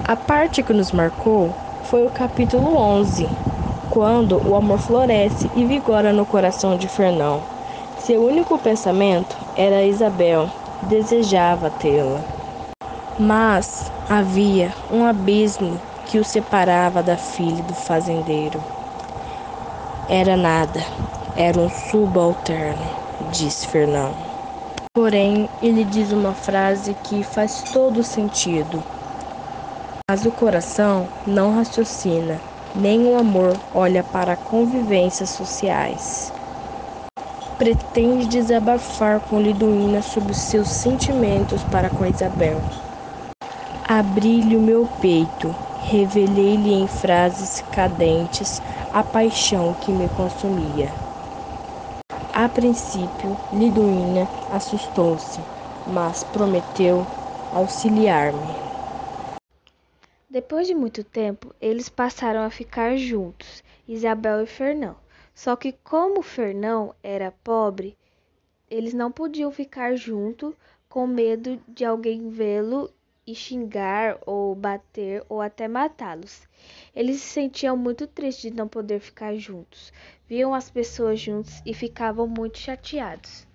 A parte que nos marcou foi o capítulo 11, quando o amor floresce e vigora no coração de Fernão. Seu único pensamento era Isabel, desejava tê-la. Mas havia um abismo que o separava da filha do fazendeiro. Era nada, era um subalterno, disse Fernão. Porém, ele diz uma frase que faz todo sentido. Mas o coração não raciocina, nem o amor olha para convivências sociais. Pretende desabafar com Liduína sobre os seus sentimentos para com Isabel. Abri-lhe o meu peito, revelei-lhe em frases cadentes a paixão que me consumia. A princípio, Liduína assustou-se, mas prometeu auxiliar-me. Depois de muito tempo, eles passaram a ficar juntos, Isabel e Fernão. Só que como Fernão era pobre, eles não podiam ficar juntos com medo de alguém vê-lo e xingar ou bater ou até matá-los. Eles se sentiam muito tristes de não poder ficar juntos. Viam as pessoas juntos e ficavam muito chateados.